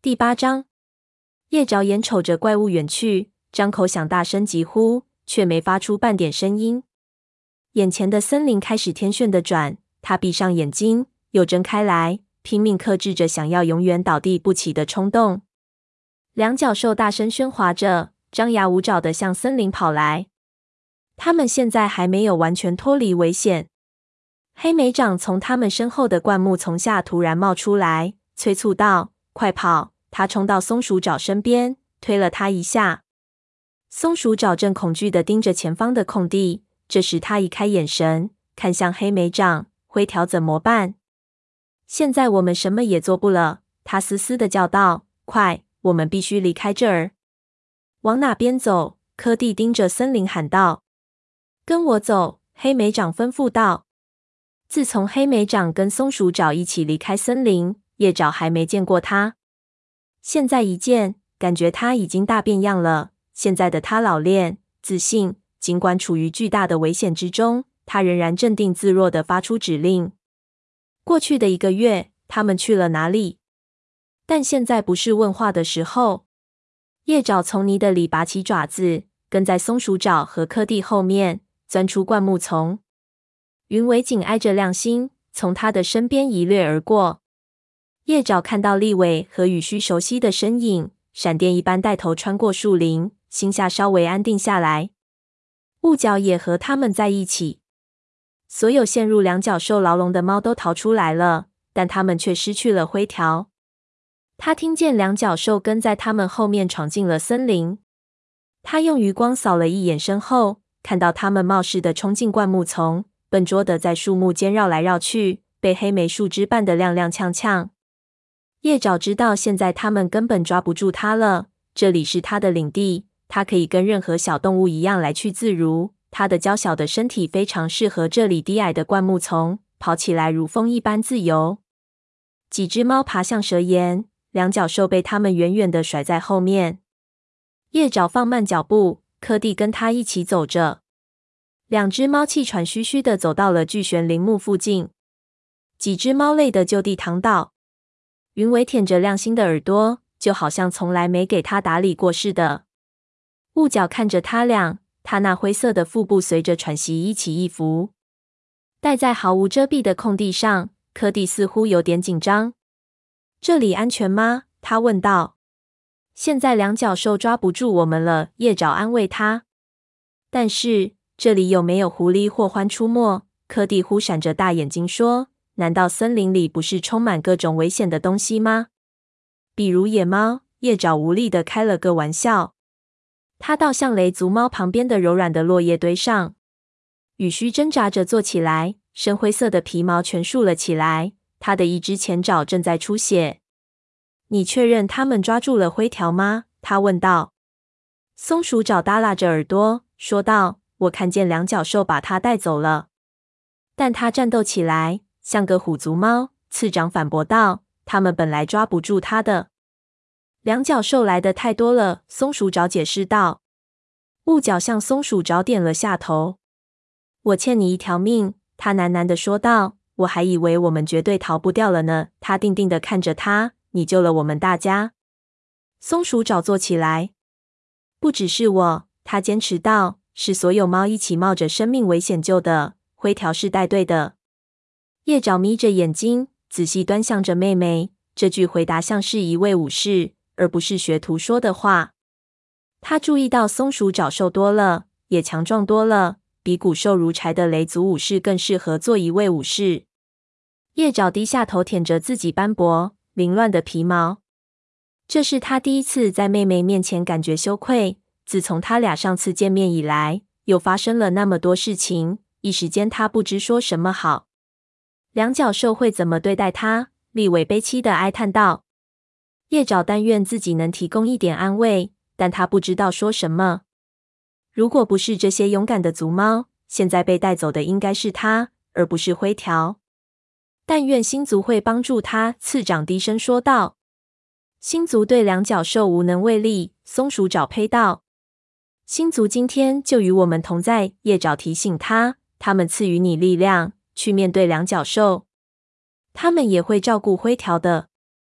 第8章，叶着眼瞅着怪物远去，张口想大声疾呼，却没发出半点声音。眼前的森林开始天旋地转，他闭上眼睛，又睁开来，拼命克制着想要永远倒地不起的冲动。两角兽大声喧哗着，张牙舞爪地向森林跑来。他们现在还没有完全脱离危险。黑莓长从他们身后的灌木丛下突然冒出来，催促道：“快跑！”他冲到松鼠爪身边，推了他一下。松鼠爪正恐惧地盯着前方的空地，这时他移开眼神，看向黑莓长，灰条怎么办？现在我们什么也做不了，他嘶嘶地叫道：“快，我们必须离开这儿！”往哪边走？柯蒂盯着森林喊道。跟我走，黑莓长吩咐道。自从黑莓长跟松鼠爪一起离开森林，叶爪还没见过他。现在一见，感觉他已经大变样了。现在的他老练、自信，尽管处于巨大的危险之中，他仍然镇定自若地发出指令。过去的1个月，他们去了哪里？但现在不是问话的时候。叶爪从泥地里拔起爪子，跟在松鼠爪和柯蒂后面，钻出灌木丛。云尾紧挨着亮星，从他的身边一掠而过。叶爪看到立伟和羽须熟悉的身影，闪电一般带头穿过树林，心下稍微安定下来。雾角也和他们在一起。所有陷入两角兽牢笼的猫都逃出来了，但他们却失去了灰条。他听见两角兽跟在他们后面闯进了森林。他用余光扫了一眼身后，看到他们冒失地冲进灌木丛，笨拙地在树木间绕来绕去，被黑莓树枝绊得踉踉跄跄。叶爪知道现在他们根本抓不住他了，这里是他的领地，他可以跟任何小动物一样来去自如。他的娇小的身体非常适合这里低矮的灌木丛，跑起来如风一般自由。几只猫爬向蛇岩，两角兽被他们远远地甩在后面。叶爪放慢脚步，柯蒂跟他一起走着。2只猫气喘吁吁地走到了巨悬铃木附近，几只猫累得就地躺倒。云尾舔着亮星的耳朵，就好像从来没给他打理过似的。雾角看着他俩，他那灰色的腹部随着喘息一起一伏。待在毫无遮蔽的空地上，柯蒂似乎有点紧张。这里安全吗？他问道。现在两角兽抓不住我们了，叶爪安慰他。但是这里有没有狐狸或獾出没？柯蒂忽闪着大眼睛说，难道森林里不是充满各种危险的东西吗？比如野猫，叶爪无力地开了个玩笑。他倒向雷族猫旁边的柔软的落叶堆上。羽须挣扎着坐起来，深灰色的皮毛全竖了起来，他的一只前爪正在出血。你确认他们抓住了灰条吗？他问道。松鼠爪耷拉着耳朵，说道，我看见两角兽把它带走了。但它战斗起来，像个虎族猫，次长反驳道，他们本来抓不住它的。两角兽来的太多了，松鼠爪解释道。雾角向松鼠爪点了下头。我欠你一条命，他喃喃地说道，我还以为我们绝对逃不掉了呢。他定定地看着他，你救了我们大家。松鼠爪坐起来。不只是我，他坚持道，是所有猫一起冒着生命危险救的，灰条是带队的。叶爪眯着眼睛，仔细端详着妹妹，这句回答像是一位武士，而不是学徒说的话。他注意到松鼠爪瘦多了，也强壮多了，比骨瘦如柴的雷族武士更适合做一位武士。叶爪低下头舔着自己斑驳凌乱的皮毛。这是他第一次在妹妹面前感觉羞愧，自从他俩上次见面以来，又发生了那么多事情，一时间他不知说什么好。两角兽会怎么对待他？立伟悲戚地哀叹道。叶爪但愿自己能提供一点安慰，但他不知道说什么。如果不是这些勇敢的族猫，现在被带走的应该是他，而不是灰条。但愿星族会帮助他，次长低声说道。星族对两角兽无能为力，松鼠爪呸道。星族今天就与我们同在，叶爪提醒他，他们赐予你力量，去面对两角兽。他们也会照顾灰条的。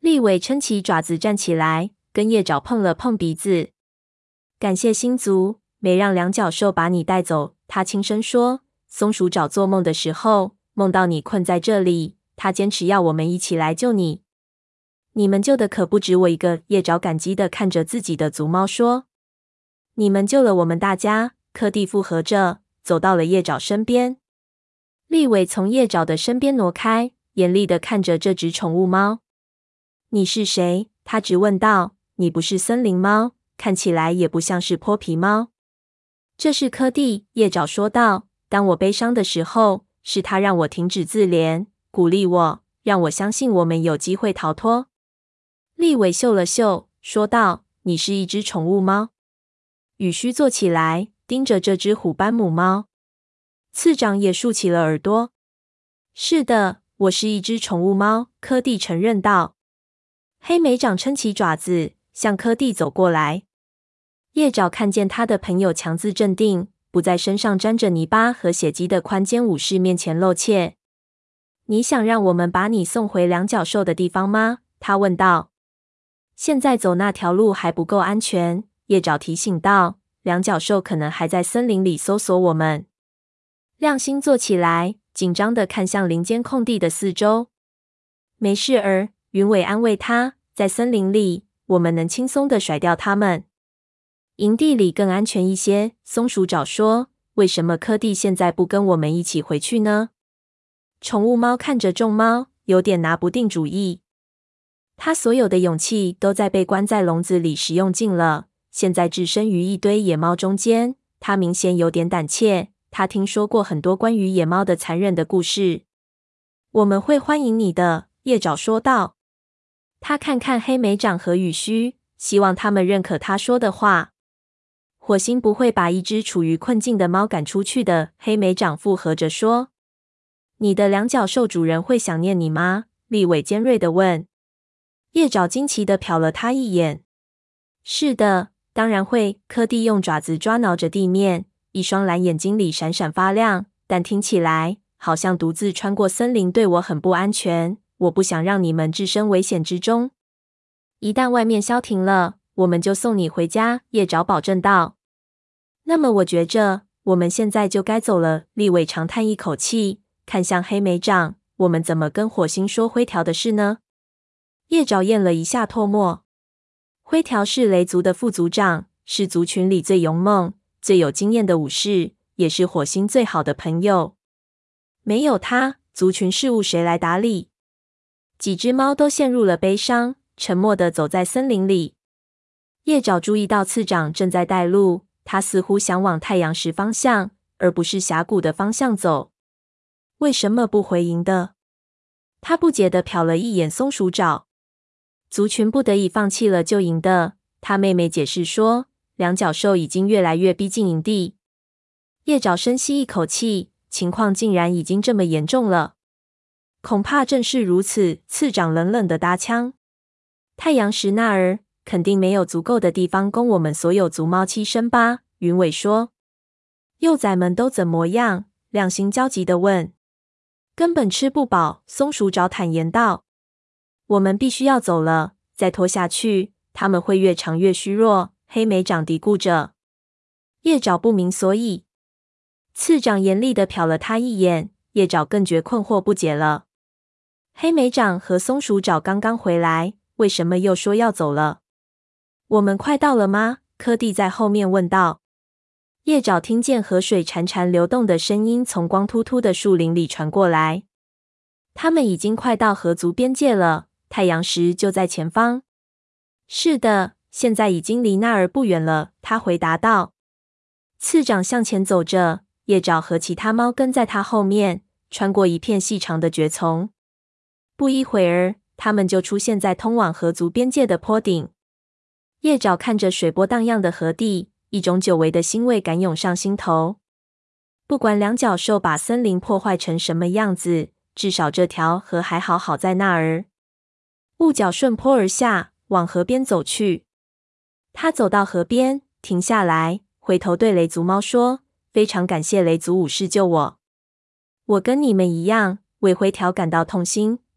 立伟撑起爪子站起来，跟叶爪碰了碰鼻子。感谢星族，没让两脚兽把你带走。他轻声说。松鼠爪做梦的时候，梦到你困在这里，他坚持要我们一起来救你。你们救的可不止我一个。叶爪感激地看着自己的族猫说。你们救了我们大家。柯蒂附和着，走到了叶爪身边。立伟从叶爪的身边挪开，严厉地看着这只宠物猫。你是谁？他直问道。你不是森林猫，看起来也不像是泼皮猫。这是柯蒂，叶爪说道。当我悲伤的时候，是他让我停止自怜，鼓励我，让我相信我们有机会逃脱。立伟嗅了嗅，说道：“你是一只宠物猫。”羽须坐起来，盯着这只虎斑母猫。次长也竖起了耳朵。是的，我是一只宠物猫，柯蒂承认道。黑莓长撑起爪子，向柯蒂走过来。叶爪看见他的朋友强自镇定，不在身上沾着泥巴和血迹的宽肩武士面前露怯。你想让我们把你送回两脚兽的地方吗？他问道。现在走那条路还不够安全，叶爪提醒道。两脚兽可能还在森林里搜索我们。亮星坐起来，紧张地看向林间空地的四周。没事儿，云尾安慰他，在森林里，我们能轻松地甩掉他们。营地里更安全一些，松鼠爪说。为什么柯蒂现在不跟我们一起回去呢？宠物猫看着众猫，有点拿不定主意。他所有的勇气都在被关在笼子里时用尽了，现在置身于一堆野猫中间，他明显有点胆怯。他听说过很多关于野猫的残忍的故事。我们会欢迎你的，叶爪说道。他看看黑莓长和羽须，希望他们认可他说的话。火星不会把一只处于困境的猫赶出去的，黑莓长附和着说。你的两脚兽主人会想念你吗？立伟尖锐地问。叶爪惊奇地瞟了他一眼。是的，当然会。柯蒂用爪子抓挠着地面，一双蓝眼睛里闪闪发亮，但听起来好像独自穿过森林对我很不安全。我不想让你们置身危险之中。一旦外面消停了，我们就送你回家，叶爪保证道。那么我觉着，我们现在就该走了。立伟长叹一口气，看向黑莓长，我们怎么跟火星说灰条的事呢？叶爪咽了一下唾沫。灰条是雷族的副族长，是族群里最勇猛、最有经验的武士，也是火星最好的朋友。没有他，族群事务谁来打理？几只猫都陷入了悲伤，沉默地走在森林里。叶爪注意到次长正在带路，他似乎想往太阳石方向，而不是峡谷的方向走。为什么不回营的？他不解地瞟了一眼松鼠爪。族群不得已放弃了救营的，他妹妹解释说，两脚兽已经越来越逼近营地。叶爪深吸一口气，情况竟然已经这么严重了。恐怕正是如此，次长冷冷地搭腔。太阳石那儿肯定没有足够的地方供我们所有族猫栖身吧？云尾说。幼崽们都怎么样？亮星焦急地问。根本吃不饱，松鼠爪坦言道。我们必须要走了，再拖下去，他们会越长越虚弱。黑莓长嘀咕着。叶爪不明所以。次长严厉地瞟了他一眼，叶爪更觉困惑不解了。黑莓长和松鼠爪刚刚回来，为什么又说要走了？我们快到了吗？柯蒂在后面问道。叶爪听见河水潺潺流动的声音从光秃秃的树林里传过来。他们已经快到河族边界了，太阳石就在前方。是的，现在已经离那儿不远了，他回答道。次长向前走着，叶爪和其他猫跟在他后面，穿过一片细长的蕨丛。不一会儿，他们就出现在通往河族边界的坡顶。叶爪看着水波荡漾的河地，一种久违的欣慰感涌上心头。不管两脚兽把森林破坏成什么样子，至少这条河还好在那儿。雾角顺坡而下，往河边走去。他走到河边，停下来，回头对雷族猫说：“非常感谢雷族武士救我。我跟你们一样，为灰条感到痛心。”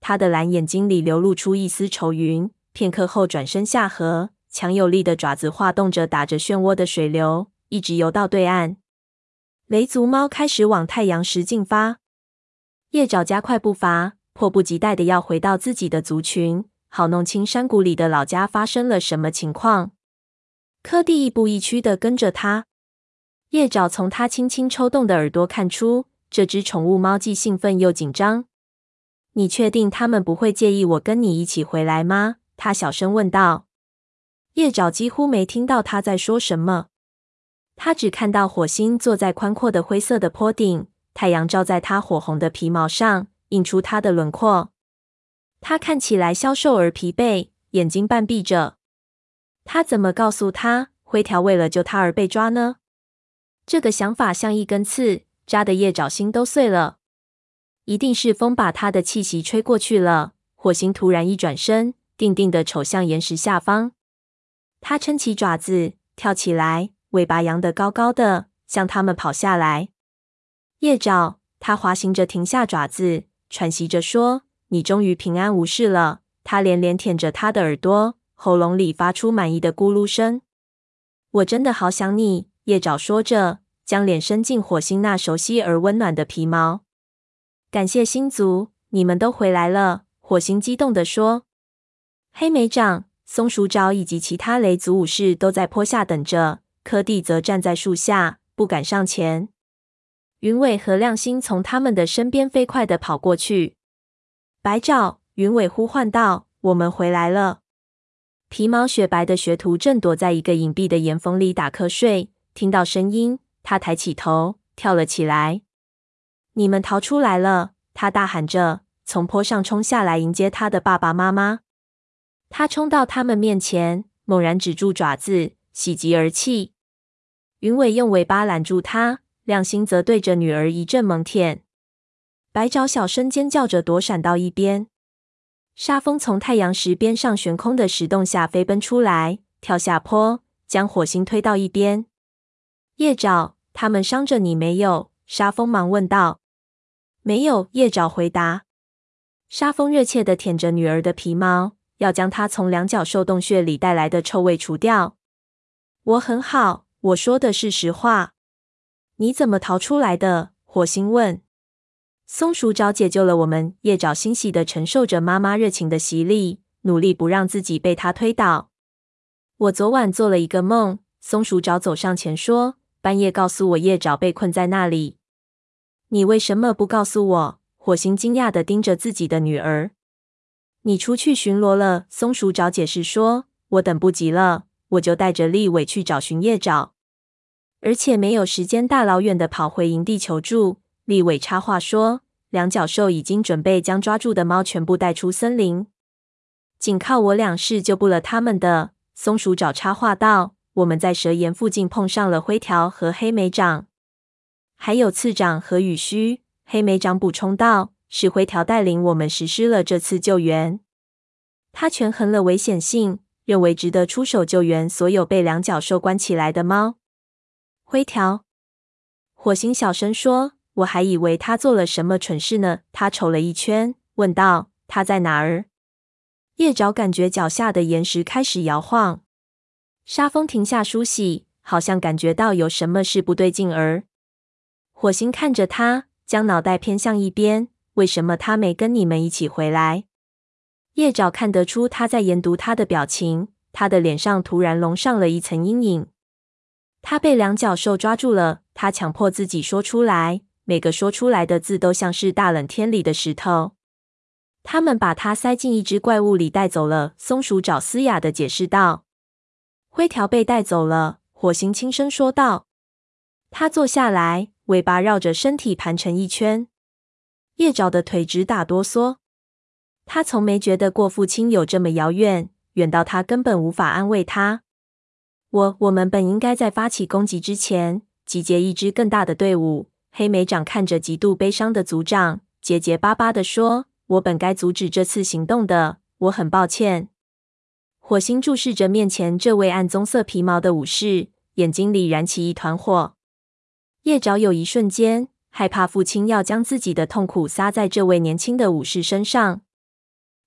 他的蓝眼睛里流露出一丝愁云，片刻后转身下河，强有力的爪子划动着打着漩涡的水流，一直游到对岸。雷族猫开始往太阳石进发，叶爪加快步伐，迫不及待的要回到自己的族群，好弄清山谷里的老家发生了什么情况。柯蒂亦步亦趋的跟着他，叶爪从他轻轻抽动的耳朵看出，这只宠物猫既兴奋又紧张。你确定他们不会介意我跟你一起回来吗？他小声问道。叶爪几乎没听到他在说什么，他只看到火星坐在宽阔的灰色的坡顶，太阳照在他火红的皮毛上，映出他的轮廓。他看起来消瘦而疲惫，眼睛半闭着。他怎么告诉他，灰条为了救他而被抓呢？这个想法像一根刺，扎得叶爪心都碎了。一定是风把他的气息吹过去了。火星突然一转身，定定地瞅向岩石下方。他撑起爪子，跳起来，尾巴扬得高高的，向他们跑下来。叶爪，他滑行着停下爪子，喘息着说：“你终于平安无事了。”他连连舔着他的耳朵，喉咙里发出满意的咕噜声。我真的好想你，叶爪说着，将脸伸进火星那熟悉而温暖的皮毛。感谢星族，你们都回来了，火星激动地说。黑莓长、松鼠爪以及其他雷族武士都在坡下等着，柯蒂则站在树下，不敢上前。云尾和亮星从他们的身边飞快地跑过去。白爪，云尾呼唤道：“我们回来了。”皮毛雪白的学徒正躲在一个隐蔽的岩缝里打瞌睡，听到声音，他抬起头，跳了起来。你们逃出来了！他大喊着，从坡上冲下来迎接他的爸爸妈妈。他冲到他们面前，猛然止住爪子，喜极而泣。云尾用尾巴揽住他，亮星则对着女儿一阵猛舔。白爪小声尖叫着躲闪到一边。沙风从太阳石边上悬空的石洞下飞奔出来，跳下坡，将火星推到一边。叶爪，他们伤着你没有？沙风忙问道。没有，叶爪回答。沙风热切地舔着女儿的皮毛，要将她从两脚兽洞穴里带来的臭味除掉。我很好，我说的是实话。你怎么逃出来的？火星问。松鼠爪解救了我们，叶爪欣喜地承受着妈妈热情的洗礼，努力不让自己被她推倒。我昨晚做了一个梦，松鼠爪走上前说，半夜告诉我叶爪被困在那里。你为什么不告诉我？火星惊讶地盯着自己的女儿。你出去巡逻了，松鼠爪解释说，我等不及了，我就带着立尾去找寻叶爪。而且没有时间大老远地跑回营地求助。立尾插话说，两脚兽已经准备将抓住的猫全部带出森林。仅靠我俩是救不了他们的，松鼠爪插话道，我们在蛇岩附近碰上了灰条和黑莓掌。还有次长和羽须，黑莓长补充道，是灰条带领我们实施了这次救援。他权衡了危险性，认为值得出手救援所有被两脚兽关起来的猫。灰条，火星小声说，我还以为他做了什么蠢事呢。他瞅了一圈，问道，他在哪儿？叶爪感觉脚下的岩石开始摇晃。沙风停下梳洗，好像感觉到有什么事不对劲儿。火星看着他，将脑袋偏向一边。为什么他没跟你们一起回来？叶爪看得出他在研读他的表情，他的脸上突然笼上了一层阴影。他被两脚兽抓住了，他强迫自己说出来，每个说出来的字都像是大冷天里的石头。他们把他塞进一只怪物里带走了，松鼠爪嘶哑地解释道。灰条被带走了，火星轻声说道。他坐下来，尾巴绕着身体盘成一圈。叶爪的腿直打哆嗦。他从没觉得过父亲有这么遥远，远到他根本无法安慰他。我们本应该在发起攻击之前，集结一支更大的队伍。黑莓长看着极度悲伤的族长，结结巴巴地说，我本该阻止这次行动的，我很抱歉。火星注视着面前这位暗棕色皮毛的武士，眼睛里燃起一团火。叶爪有一瞬间害怕父亲要将自己的痛苦撒在这位年轻的武士身上。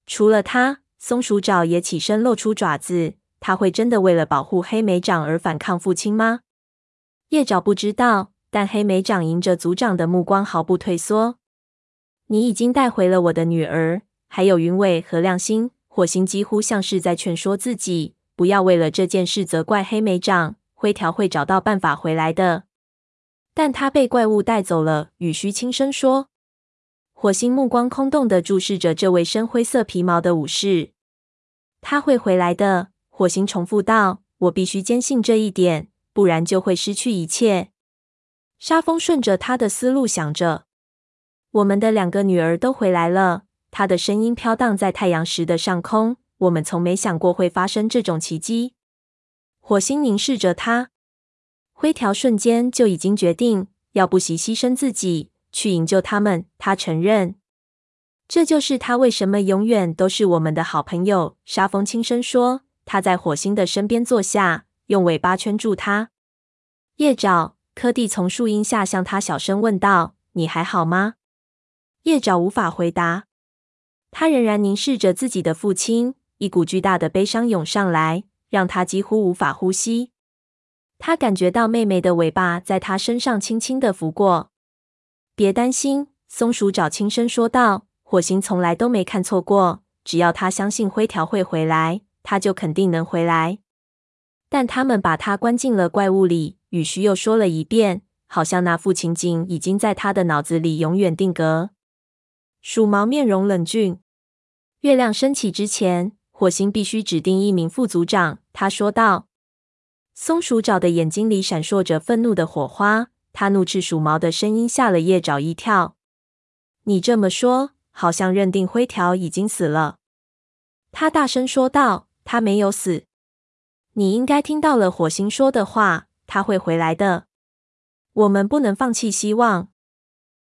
除了他，松鼠爪也起身露出爪子。他会真的为了保护黑莓长而反抗父亲吗？叶爪不知道，但黑莓长迎着族长的目光毫不退缩。你已经带回了我的女儿，还有云尾和亮星。火星几乎像是在劝说自己，不要为了这件事责怪黑莓长，灰条会找到办法回来的。但他被怪物带走了，羽须轻声说。火星目光空洞地注视着这位深灰色皮毛的武士。他会回来的，火星重复道，我必须坚信这一点，不然就会失去一切。沙风顺着他的思路想着，我们的2个女儿都回来了。他的声音飘荡在太阳石的上空，我们从没想过会发生这种奇迹。火星凝视着他，灰条瞬间就已经决定要不惜牺牲自己去营救他们。他承认，这就是他为什么永远都是我们的好朋友。沙风轻声说，他在火星的身边坐下，用尾巴圈住他。叶爪、柯蒂从树荫下向他小声问道，你还好吗？叶爪无法回答，他仍然凝视着自己的父亲，一股巨大的悲伤涌上来，让他几乎无法呼吸。他感觉到妹妹的尾巴在他身上轻轻地拂过。别担心，松鼠爪轻声说道，火星从来都没看错过，只要他相信灰条会回来，他就肯定能回来。但他们把他关进了怪物里，羽须又说了一遍，好像那副情景已经在他的脑子里永远定格。鼠毛面容冷峻。月亮升起之前，火星必须指定一名副族长，他说道。松鼠爪的眼睛里闪烁着愤怒的火花，他怒斥鼠毛的声音吓了叶爪一跳。你这么说，好像认定灰条已经死了。他大声说道，他没有死。你应该听到了火星说的话，他会回来的。我们不能放弃希望。